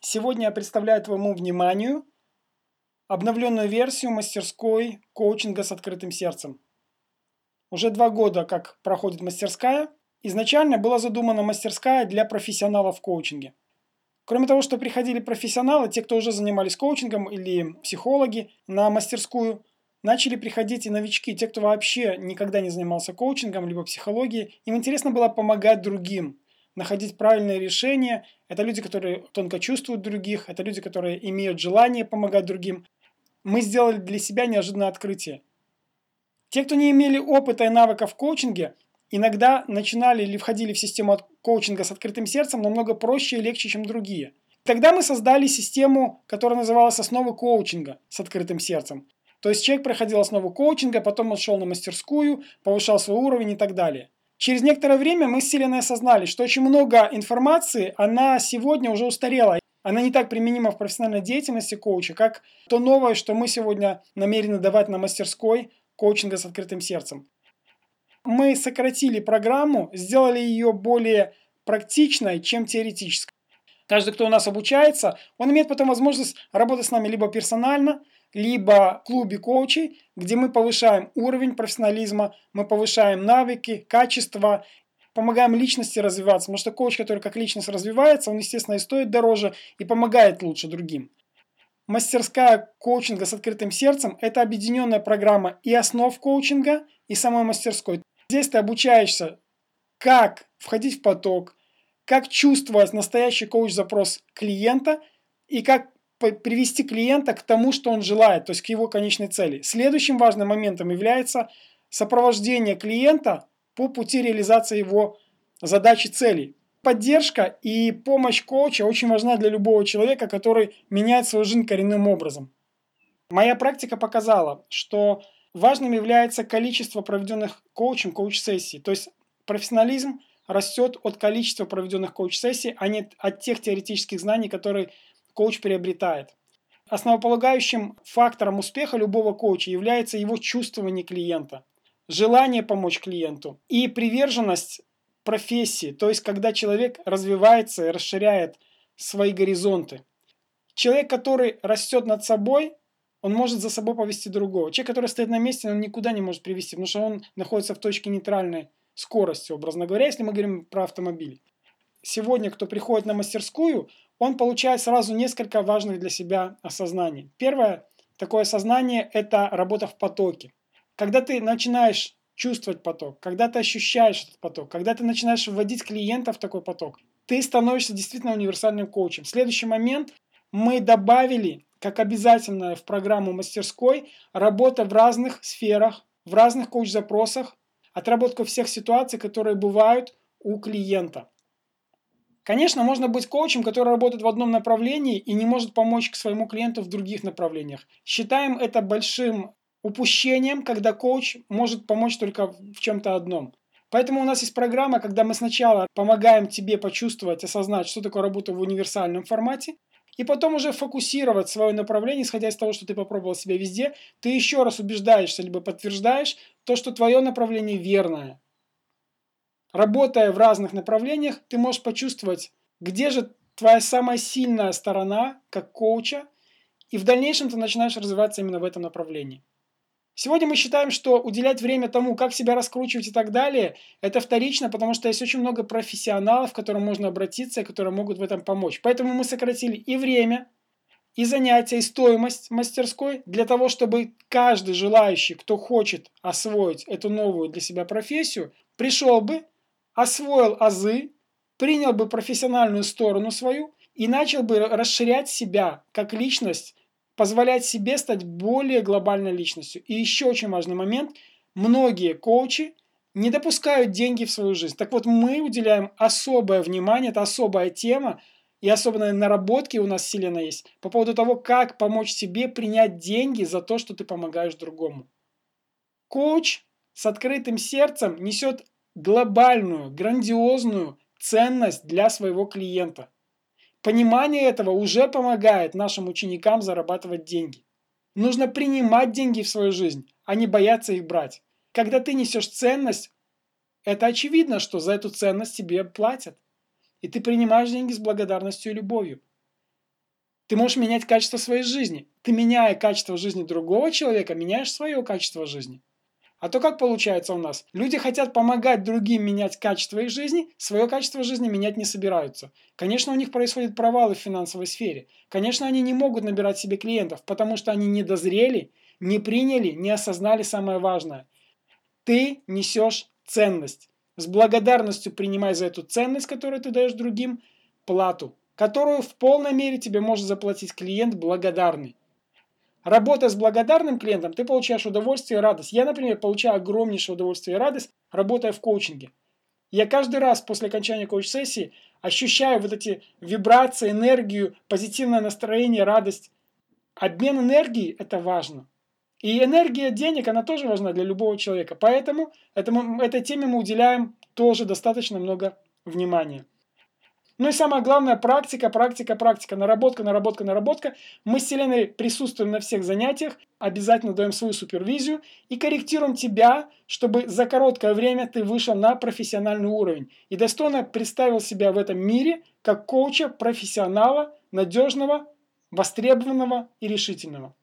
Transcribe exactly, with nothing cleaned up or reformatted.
Сегодня я представляю твоему вниманию обновленную версию мастерской коучинга с открытым сердцем. Уже два года, как проходит мастерская. Изначально была задумана мастерская для профессионалов в коучинге. Кроме того, что приходили профессионалы, те, кто уже занимались коучингом, или психологи на мастерскую, начали приходить и новички, те, кто вообще никогда не занимался коучингом, либо психологией. Им интересно было помогать другим, находить правильные решения. Это люди, которые тонко чувствуют других, это люди, которые имеют желание помогать другим. Мы сделали для себя неожиданное открытие. Те, кто не имели опыта и навыков в коучинге, иногда начинали или входили в систему коучинга с открытым сердцем намного проще и легче, чем другие. Тогда мы создали систему, которая называлась «Основы коучинга с открытым сердцем». То есть человек проходил основу коучинга, потом он шел на мастерскую, повышал свой уровень и так далее. Через некоторое время мы с Селеной осознали, что очень много информации, она сегодня уже устарела. Она не так применима в профессиональной деятельности коуча, как то новое, что мы сегодня намерены давать на мастерской коучинга с открытым сердцем. Мы сократили программу, сделали ее более практичной, чем теоретической. Каждый, кто у нас обучается, он имеет потом возможность работать с нами либо персонально, либо в клубе коучей, где мы повышаем уровень профессионализма, мы повышаем навыки, качество, помогаем личности развиваться, потому что коуч, который как личность развивается, он, естественно, и стоит дороже, и помогает лучше другим. Мастерская коучинга с открытым сердцем – это объединенная программа и основ коучинга, и самой мастерской. Здесь ты обучаешься, как входить в поток, как чувствовать настоящий коуч-запрос клиента и как привести клиента к тому, что он желает, то есть к его конечной цели. Следующим важным моментом является сопровождение клиента по пути реализации его задач и целей. Поддержка и помощь коуча очень важна для любого человека, который меняет свою жизнь коренным образом. Моя практика показала, что важным является количество проведенных коучем коуч-сессий. То есть профессионализм растет от количества проведенных коуч-сессий, а не от тех теоретических знаний, которые коуч приобретает. Основополагающим фактором успеха любого коуча является его чувствование клиента, желание помочь клиенту и приверженность профессии, то есть когда человек развивается и расширяет свои горизонты. Человек, который растет над собой, он может за собой повести другого. Человек, который стоит на месте, он никуда не может привести, потому что он находится в точке нейтральной скорости, образно говоря, если мы говорим про автомобили. Сегодня, кто приходит на мастерскую, он получает сразу несколько важных для себя осознаний. Первое такое осознание – это работа в потоке. Когда ты начинаешь чувствовать поток, когда ты ощущаешь этот поток, когда ты начинаешь вводить клиента в такой поток, ты становишься действительно универсальным коучем. Следующий момент – мы добавили, как обязательное в программу мастерской, работа в разных сферах, в разных коуч-запросах, отработка всех ситуаций, которые бывают у клиента. Конечно, можно быть коучем, который работает в одном направлении и не может помочь к своему клиенту в других направлениях. Считаем это большим упущением, когда коуч может помочь только в чем-то одном. Поэтому у нас есть программа, когда мы сначала помогаем тебе почувствовать, осознать, что такое работа в универсальном формате, и потом уже фокусировать свое направление, исходя из того, что ты попробовал себя везде, ты еще раз убеждаешься, либо подтверждаешь то, что твое направление верное. Работая в разных направлениях, ты можешь почувствовать, где же твоя самая сильная сторона как коуча, и в дальнейшем ты начинаешь развиваться именно в этом направлении. Сегодня мы считаем, что уделять время тому, как себя раскручивать и так далее, это вторично, потому что есть очень много профессионалов, к которым можно обратиться и которые могут в этом помочь. Поэтому мы сократили и время, и занятия, и стоимость мастерской для того, чтобы каждый желающий, кто хочет освоить эту новую для себя профессию, пришел бы, освоил азы, принял бы профессиональную сторону свою и начал бы расширять себя как личность, позволять себе стать более глобальной личностью. И еще очень важный момент. Многие коучи не допускают деньги в свою жизнь. Так вот, мы уделяем особое внимание, это особая тема, и особенные наработки у нас с Селеной есть по поводу того, как помочь себе принять деньги за то, что ты помогаешь другому. Коуч с открытым сердцем несет глобальную, грандиозную ценность для своего клиента. Понимание этого уже помогает нашим ученикам зарабатывать деньги. Нужно принимать деньги в свою жизнь, а не бояться их брать. Когда ты несешь ценность, это очевидно, что за эту ценность тебе платят. И ты принимаешь деньги с благодарностью и любовью. Ты можешь менять качество своей жизни. Ты, меняя качество жизни другого человека, меняешь свое качество жизни. А то как получается у нас? Люди хотят помогать другим менять качество их жизни, свое качество жизни менять не собираются. Конечно, у них происходят провалы в финансовой сфере. Конечно, они не могут набирать себе клиентов, потому что они не дозрели, не приняли, не осознали самое важное. Ты несешь ценность. С благодарностью принимай за эту ценность, которую ты даешь другим, плату, которую в полной мере тебе может заплатить клиент благодарный. Работая с благодарным клиентом, ты получаешь удовольствие и радость. Я, например, получаю огромнейшее удовольствие и радость, работая в коучинге. Я каждый раз после окончания коуч-сессии ощущаю вот эти вибрации, энергию, позитивное настроение, радость. Обмен энергией – это важно. И энергия денег, она тоже важна для любого человека. Поэтому этому, этой теме мы уделяем тоже достаточно много внимания. Ну и самое главное, практика, практика, практика, наработка, наработка, наработка. Мы с Еленой присутствуем на всех занятиях, обязательно даем свою супервизию и корректируем тебя, чтобы за короткое время ты вышел на профессиональный уровень и достойно представил себя в этом мире как коуча, профессионала, надежного, востребованного и решительного.